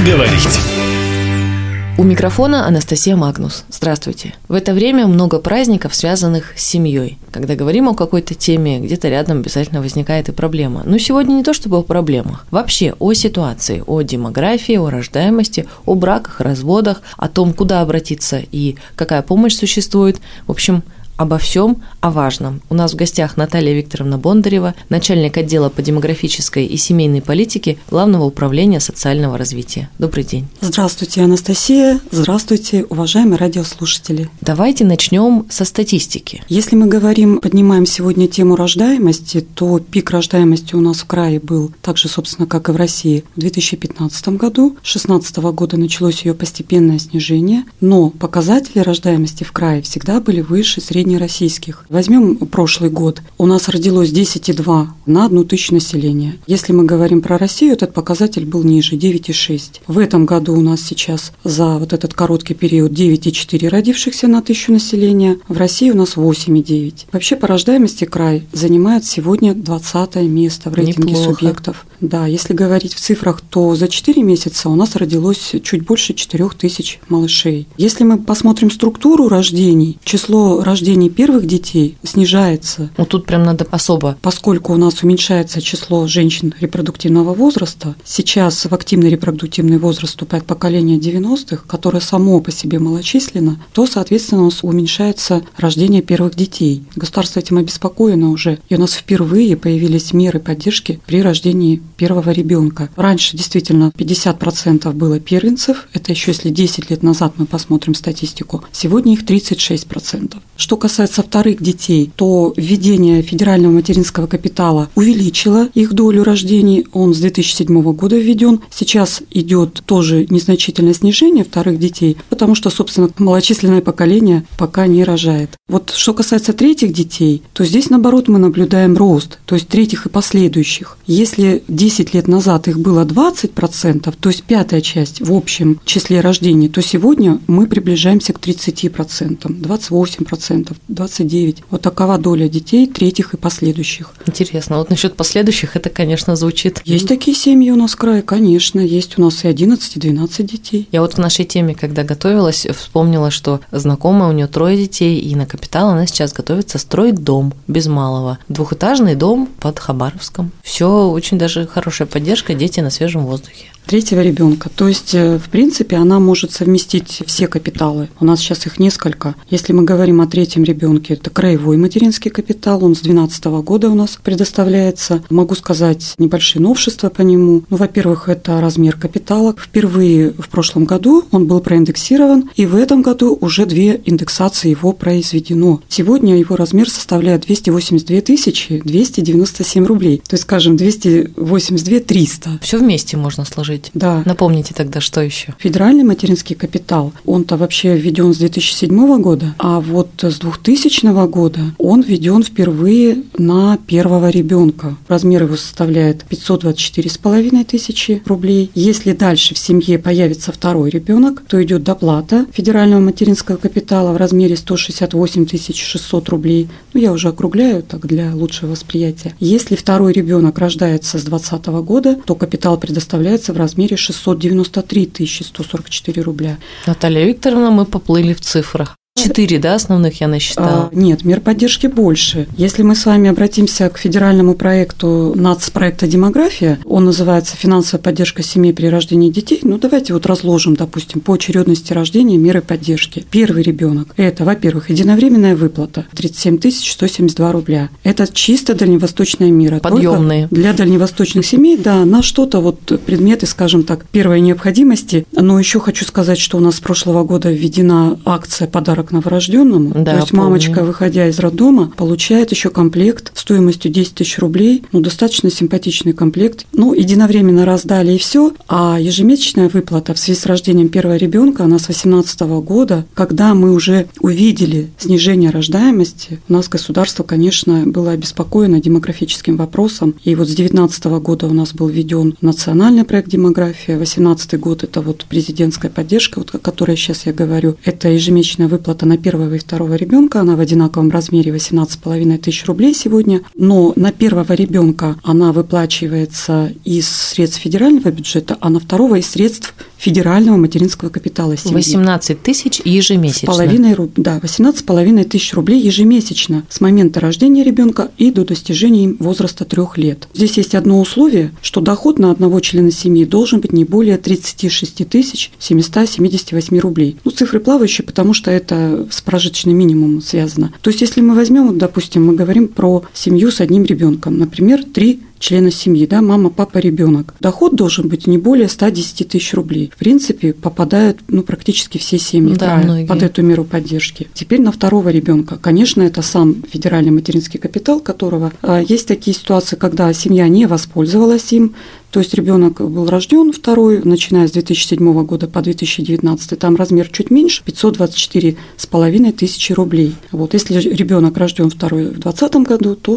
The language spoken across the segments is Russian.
Поговорить. У микрофона Анастасия Магнус. Здравствуйте. В это время много праздников, связанных с семьей. Когда говорим о какой-то теме, где-то рядом обязательно возникает и проблема. Но сегодня не то чтобы о проблемах. Вообще о ситуации, о демографии, о рождаемости, о браках, разводах, о том, куда обратиться и какая помощь существует. В общем, обо всем, о важном. У нас в гостях Наталья Викторовна Бондарева, начальник отдела по демографической и семейной политике Главного управления социального развития. Добрый день. Здравствуйте, Анастасия. Здравствуйте, уважаемые радиослушатели. Давайте начнем со статистики. Если мы поднимаем сегодня тему рождаемости, то пик рождаемости у нас в крае был так же, собственно, как и в России в 2015 году. С 2016 года началось ее постепенное снижение, но показатели рождаемости в крае всегда были выше среднероссийских. Возьмем прошлый год. У нас родилось 10,2 на 1 тысячу населения. Если мы говорим про Россию, этот показатель был ниже, 9,6. В этом году у нас сейчас за вот этот короткий период 9,4 родившихся на 1000 населения. В России у нас 8,9. Вообще по рождаемости край занимает сегодня 20 место в рейтинге субъектов. Да, если говорить в цифрах, то за 4 месяца у нас родилось чуть больше 4000 малышей. Если мы посмотрим структуру рождений, число рождений первых детей снижается. Вот тут прям надо особо. Поскольку у нас уменьшается число женщин репродуктивного возраста, сейчас в активный репродуктивный возраст вступает поколение 90-х, которое само по себе малочисленно, то, соответственно, у нас уменьшается рождение первых детей. Государство этим обеспокоено уже, и у нас впервые появились меры поддержки при рождении первого ребенка. Раньше действительно 50% было первенцев, это еще если 10 лет назад мы посмотрим статистику, сегодня их 36%. Что касается вторых детей, то введение федерального материнского капитала увеличило их долю рождений. Он с 2007 года введен. Сейчас идет тоже незначительное снижение вторых детей, потому что, собственно, малочисленное поколение пока не рожает. Вот что касается третьих детей, то здесь, наоборот, мы наблюдаем рост, то есть третьих и последующих. Если 10 лет назад их было 20%, то есть пятая часть в общем числе рождений, то сегодня мы приближаемся к 30%, 28%. 29. Вот такова доля детей, третьих и последующих. Интересно. Вот насчет последующих это, конечно, звучит. Есть такие семьи у нас в крае, конечно. Есть у нас и 11, и 12 детей. Я вот в нашей теме, когда готовилась, вспомнила, что знакомая, у нее 3 детей, и на капитал она сейчас готовится строить дом без малого. 2-этажный дом под Хабаровском. Все очень даже хорошая поддержка, дети на свежем воздухе. Третьего ребенка. То есть, в принципе, она может совместить все капиталы. У нас сейчас их несколько. Если мы говорим о третьем ребенке, это краевой материнский капитал. Он с 2012 года у нас предоставляется. Могу сказать небольшие новшества по нему. Ну, во-первых, это размер капитала. Впервые в прошлом году он был проиндексирован, и в этом году уже 2 индексации его произведено. Сегодня его размер составляет 282 297 рублей. То есть, скажем, 282 300. Все вместе можно сложить. Да. Напомните тогда, что еще? Федеральный материнский капитал, он-то вообще введен с 2007 года, а вот с 2000 года он введен впервые на первого ребенка. Размер его составляет 524,5 тысячи рублей. Если дальше в семье появится второй ребенок, то идет доплата федерального материнского капитала в размере 168 600 рублей. Ну, я уже округляю так для лучшего восприятия. Если второй ребенок рождается с 2020 года, то капитал предоставляется в размере 693 144 рубля. Наталья Викторовна, мы поплыли в цифрах. 4, да, основных я насчитала? Нет, мер поддержки больше. Если мы с вами обратимся к федеральному проекту нацпроекта «Демография», он называется «Финансовая поддержка семей при рождении детей». Ну, давайте вот разложим, допустим, по очередности рождения меры поддержки. Первый ребенок – это, во-первых, единовременная выплата – 37 172 рубля. Это чисто дальневосточная мера. Подъемные. Только для дальневосточных семей, да, на что-то вот предметы, скажем так, первой необходимости. Но еще хочу сказать, что у нас с прошлого года введена акция «Подарок новорожденному». Да, то есть помню. мамочка, выходя из роддома, получает еще комплект стоимостью 10 тысяч рублей. Ну, достаточно симпатичный комплект. Ну, единовременно раздали и все. А ежемесячная выплата в связи с рождением первого ребенка, она с 2018 года, когда мы уже увидели снижение рождаемости, у нас государство, конечно, было обеспокоено демографическим вопросом. И вот с 2019 года у нас был введен национальный проект «Демография». 2018 год – это вот президентская поддержка, вот, о которой сейчас я говорю. Это ежемесячная выплата на первого и второго ребенка, она в одинаковом размере 18,5 тысяч рублей сегодня, но на первого ребенка она выплачивается из средств федерального бюджета, а на второго из средств федерального материнского капитала семьи. 18 тысяч ежемесячно. 18,5 тысяч рублей ежемесячно с момента рождения ребенка и до достижения им возраста 3 лет. Здесь есть одно условие, что доход на одного члена семьи должен быть не более 36 778 рублей. Цифры плавающие, потому что это с прожиточным минимумом связано. То есть, если мы возьмем, допустим, мы говорим про семью с одним ребенком, например, 3 члена семьи, мама, папа, ребенок. Доход должен быть не более 110 тысяч рублей. В принципе, попадают практически все семьи под эту меру поддержки. Теперь на второго ребенка. Конечно, это сам федеральный материнский капитал, которого есть такие ситуации, когда семья не воспользовалась им. То есть ребенок был рожден второй, начиная с 2007 года по 2019, там размер чуть меньше, 524,5 тысячи рублей. Если ребенок рожден второй в 2020 году, то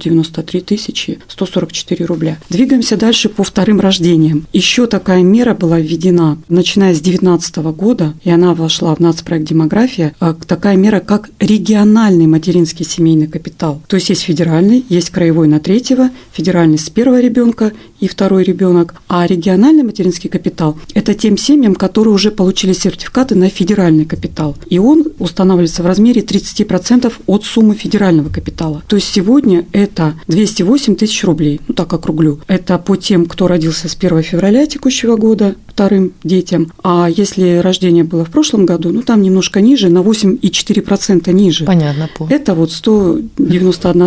693 144 рубля. Двигаемся дальше по вторым рождениям. Еще такая мера была введена, начиная с 2019 года, и она вошла в нацпроект «Демография», такая мера, как региональный материнский семейный капитал. То есть федеральный, есть краевой на третьего, федеральный с первого ребенка и второй ребенок, а региональный материнский капитал – это тем семьям, которые уже получили сертификаты на федеральный капитал. И он устанавливается в размере 30% от суммы федерального капитала. То есть сегодня это 208 тысяч рублей, так округлю. Это по тем, кто родился с 1 февраля текущего года, вторым детям. А если рождение было в прошлом году, там немножко ниже, на 8,4% ниже. Понятно. Это 191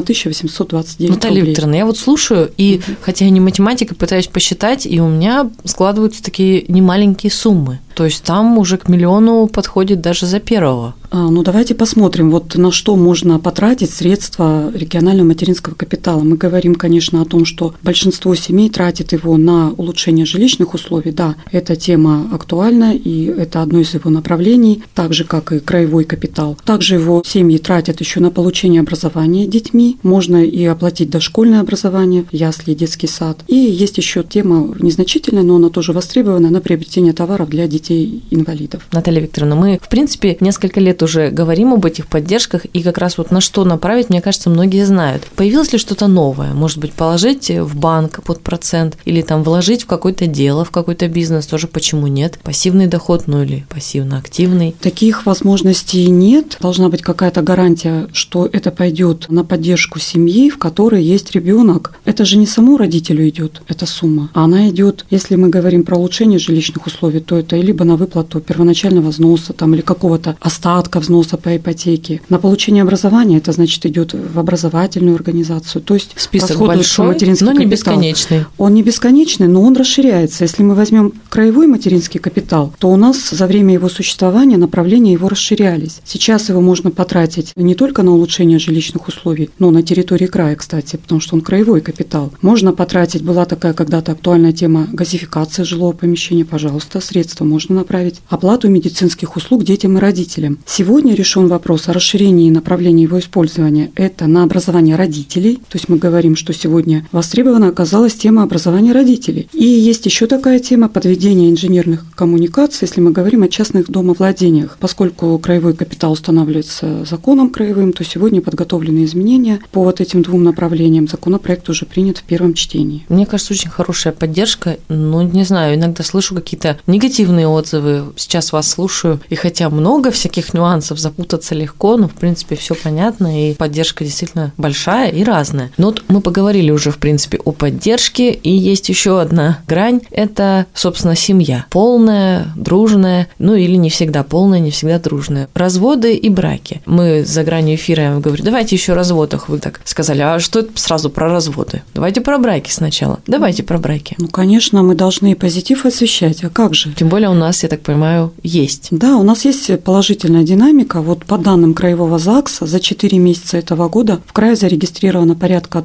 829 Наталья Викторовна, я слушаю, и хотя я не математика, пытаюсь посчитать, и у меня складываются такие немаленькие суммы. То есть там уже к миллиону подходит даже за первого. Давайте посмотрим, на что можно потратить средства регионального материнского капитала. Мы говорим, конечно, о том, что большинство семей тратит его на улучшение жилищных условий. Да, эта тема актуальна, и это одно из его направлений, так же, как и краевой капитал. Также его семьи тратят еще на получение образования детьми. Можно и оплатить дошкольное образование, ясли, детский сад. И есть еще тема незначительная, но она тоже востребована, на приобретение товаров для детей-инвалидов. Наталья Викторовна, мы, в принципе, несколько лет уже говорим об этих поддержках, и как раз на что направить, мне кажется, многие знают. Появилось ли что-то новое? Может быть, положить в банк под процент или вложить в какое-то дело, в какой-то бизнес, тоже почему нет? Пассивный доход, или пассивно-активный? Таких возможностей нет. Должна быть какая-то гарантия, что это пойдет на поддержку семьи, в которой есть ребенок. Это же не самому родителю идет эта сумма, а она идет, если мы говорим про улучшение жилищных условий, то это либо на выплату первоначального взноса или какого-то остатка взноса по ипотеке. На получение образования это значит идет в образовательную организацию. То есть список большой, но не бесконечный. Он не бесконечный, но он расширяется. Если мы возьмем краевой материнский капитал, то у нас за время его существования направления его расширялись. Сейчас его можно потратить не только на улучшение жилищных условий, но на территории края, кстати, потому что он краевой капитал. Можно потратить, была такая когда-то актуальная тема газификации жилого помещения, пожалуйста, средства можно направить. Оплату медицинских услуг детям и родителям. Сегодня решен вопрос о расширении направления его использования. Это на образование родителей. То есть мы говорим, что сегодня востребована оказалась тема образования родителей. И есть еще такая тема подведения инженерных коммуникаций, если мы говорим о частных домовладениях. Поскольку краевой капитал устанавливается законом краевым, то сегодня подготовлены изменения по этим двум направлениям. Законопроект уже принят в первом чтении. Мне кажется, очень хорошая поддержка. Не знаю, иногда слышу какие-то негативные отзывы. Сейчас вас слушаю, и хотя много всяких нюансов, запутаться легко, но в принципе все понятно, и поддержка действительно большая и разная. Но мы поговорили уже в принципе о поддержке, и есть еще одна грань – это, собственно, семья. Полная, дружная, или не всегда полная, не всегда дружная. Разводы и браки. Мы за гранью эфира, я вам говорю, давайте еще о разводах. Вы так сказали, а что это сразу про разводы? Давайте про браки сначала. Давайте про браки. Конечно, мы должны позитив освещать, а как же? Тем более у нас, я так понимаю, есть. Да, у нас есть положительная динамика. По данным Краевого ЗАГСа, за 4 месяца этого года в крае зарегистрировано порядка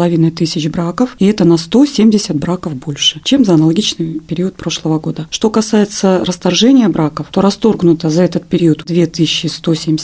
2500 браков, и это на 170 браков больше, чем за аналогичный период прошлого года. Что касается расторжения браков, то расторгнуто за этот период 2173,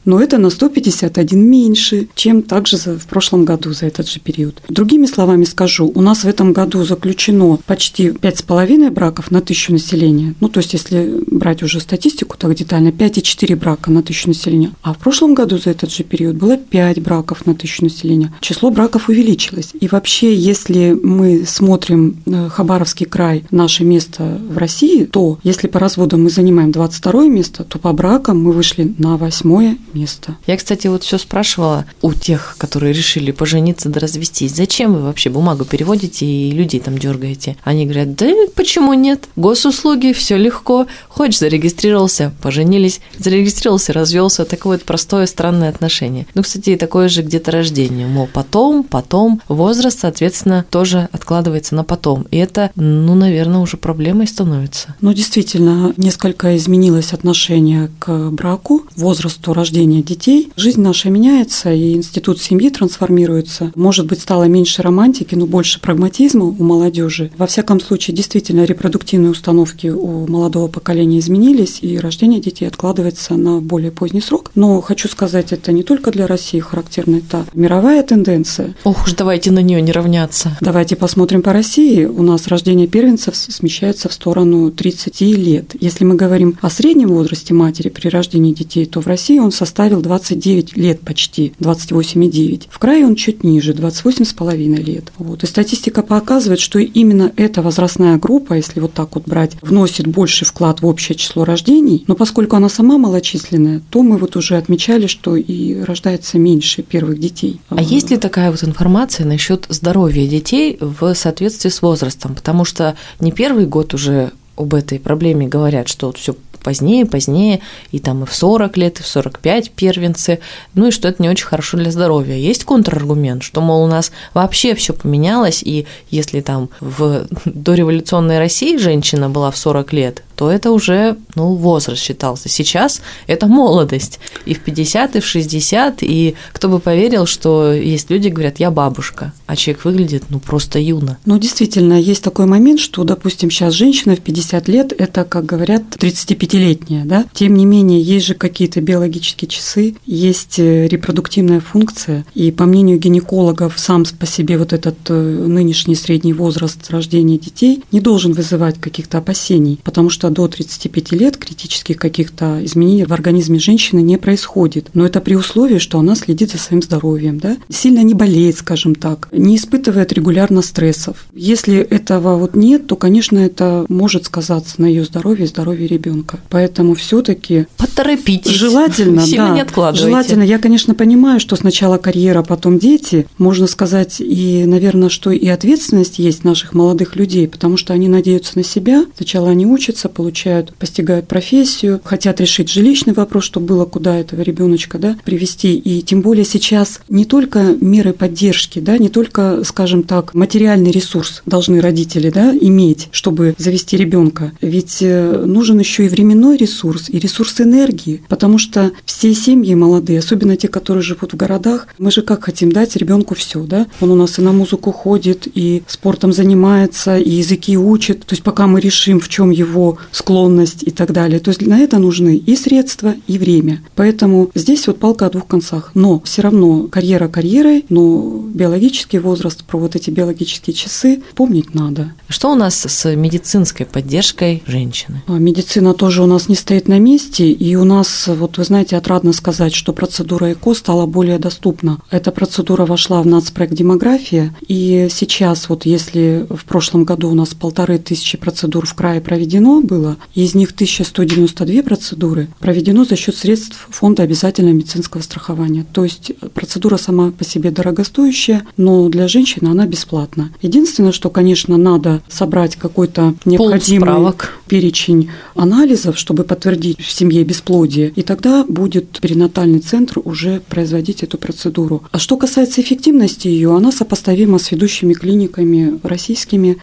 но это на 151 меньше, чем также в прошлом году за этот же период. Другими словами скажу, у нас в этом году заключено почти 5,5 браков на 1000 населения. То есть, если брать уже статистику так детально, 5,4 брака на 1000 населения. А в прошлом году за этот же период было 5 браков на 1000 населения. Число браков увеличилось. И вообще, если мы смотрим Хабаровский край, наше место в России, то если по разводам мы занимаем 22 место, то по бракам мы вышли на 8 место. Я, кстати, все спрашивала у тех, которые решили пожениться да развестись, зачем вы вообще бумагу переводите и людей там дергаете? Они говорят, да почему нет? Госуслуги, все легко. Хочешь, зарегистрировался, поженились, зарегистрировался, развелся. Такое вот простое, странное отношение. Кстати, и такое же где-то рождение. Мол, потом, возраст, соответственно, тоже откладывается на потом. И это, наверное, уже проблемой становится. Действительно, несколько изменилось отношение к браку, возрасту рождения детей. Жизнь наша меняется, и институт семьи трансформируется. Может быть, стало меньше романтики, но больше прагматизма у молодежи. Во всяком случае, действительно, репродуктивные установки у молодого поколения изменились, и рождение детей откладывается на более поздний срок. Но хочу сказать, это не только для России характерна, это мировая тенденция. Ох уж, давайте на нее не равняться. Давайте посмотрим по России. У нас рождение первенцев смещается в сторону 30 лет. Если мы говорим о среднем возрасте матери при рождении детей, то в России он составил 29 лет почти, 28,9. В крае он чуть ниже, 28,5 лет. И статистика показывает, что именно эта возрастная группа, если вот так вот брать, вносит больший вклад в общее число рождений, но поскольку она сама малочисленная, то мы уже отмечали, что и рождается меньше первых детей. А есть ли такая вот информация насчет здоровья детей в соответствии с возрастом? Потому что не первый год уже об этой проблеме говорят, что все позднее, и там и в 40 лет, и в 45 первенцы, и что это не очень хорошо для здоровья. Есть контраргумент, что, мол, у нас вообще все поменялось, и если там в дореволюционной России женщина была в 40 лет, то это уже, возраст считался. Сейчас это молодость. И в 50, и в 60, и кто бы поверил, что есть люди, говорят, я бабушка, а человек выглядит, просто юно. Действительно, есть такой момент, что, допустим, сейчас женщина в 50 лет, это, как говорят, 35-летняя, да? Тем не менее, есть же какие-то биологические часы, есть репродуктивная функция, и, по мнению гинекологов, сам по себе вот этот нынешний средний возраст рождения детей не должен вызывать каких-то опасений, потому что до 35 лет критических каких-то изменений в организме женщины не происходит. Но это при условии, что она следит за своим здоровьем, да? Сильно не болеет, скажем так, не испытывает регулярно стрессов. Если этого нет, то, конечно, это может сказаться на ее здоровье и здоровье ребенка. Поэтому все-таки поторопитесь. Желательно, сильно не откладывайте. Желательно. Я, конечно, понимаю, что сначала карьера, потом дети. Можно сказать, и, наверное, что и ответственность есть наших молодых людей, потому что они надеются на себя. Сначала они учатся, постигают профессию, хотят решить жилищный вопрос, чтобы было куда этого ребеночка, да, привести. И тем более сейчас не только меры поддержки, да, не только, скажем так, материальный ресурс должны родители, да, иметь, чтобы завести ребенка. Ведь нужен еще и временной ресурс, и ресурс энергии, потому что все семьи молодые, особенно те, которые живут в городах, мы же как хотим дать ребенку все, да? Он у нас и на музыку ходит, и спортом занимается, и языки учит. То есть пока мы решим, в чем его склонность и так далее. То есть на это нужны и средства, и время. Поэтому здесь палка о двух концах. Но все равно карьера карьерой, но биологический возраст, про эти биологические часы помнить надо. Что у нас с медицинской поддержкой женщины? Медицина тоже у нас не стоит на месте, и у нас, вы знаете, отрадно сказать, что процедура ЭКО стала более доступна. Эта процедура вошла в нацпроект «Демография», и сейчас, если в прошлом году у нас 1500 процедур в крае проведено было, из них 1192 процедуры проведено за счет средств Фонда обязательного медицинского страхования. То есть процедура сама по себе дорогостоящая, но для женщины она бесплатна. Единственное, что, конечно, надо собрать какой-то необходимый перечень анализов, чтобы подтвердить в семье бесплодие, и тогда будет перинатальный центр уже производить эту процедуру. А что касается эффективности ее, она сопоставима с ведущими клиниками российскими.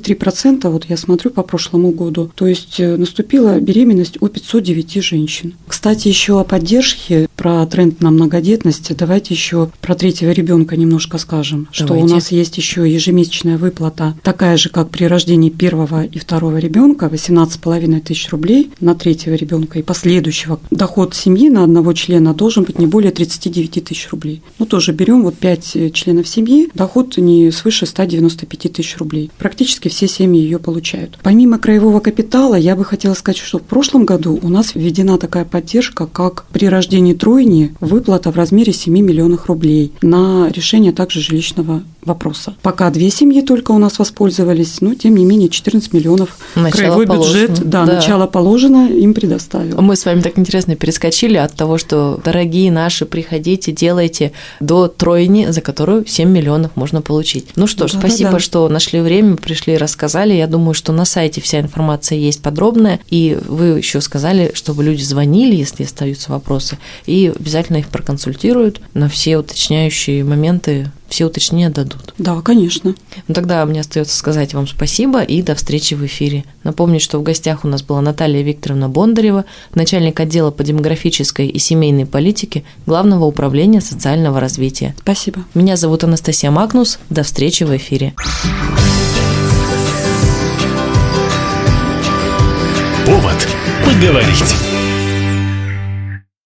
33%, я смотрю по прошлому году, то есть наступила беременность у 509 женщин. Кстати, еще о поддержке, про тренд на многодетность, давайте еще про третьего ребенка немножко скажем, что у нас есть еще ежемесячная выплата, такая же, как при рождении первого и второго ребенка, 18 17,5 тысяч рублей на третьего ребенка и последующего. Доход семьи на одного члена должен быть не более 39 тысяч рублей. Тоже берем 5 членов семьи, доход не свыше 195 тысяч рублей. Практически все семьи ее получают. Помимо краевого капитала, я бы хотела сказать, что в прошлом году у нас введена такая поддержка, как при рождении тройни выплата в размере 7 миллионов рублей на решение также жилищного вопроса. Пока 2 семьи только у нас воспользовались, но тем не менее 14 миллионов краевой бюджет, начало положено, им предоставил. Мы с вами так интересно перескочили от того, что, дорогие наши, приходите, делайте, до тройни, за которую 7 миллионов можно получить. Ну что ж, спасибо, что нашли время, пришли и рассказали. Я думаю, что на сайте вся информация есть подробная, и вы еще сказали, чтобы люди звонили, если остаются вопросы, и обязательно их проконсультируют на все уточняющие моменты. Все уточнения дадут. Да, конечно. Тогда мне остается сказать вам спасибо и до встречи в эфире. Напомню, что в гостях у нас была Наталья Викторовна Бондарева, начальник отдела по демографической и семейной политике Главного управления социального развития. Спасибо. Меня зовут Анастасия Магнус. До встречи в эфире. Повод поговорить.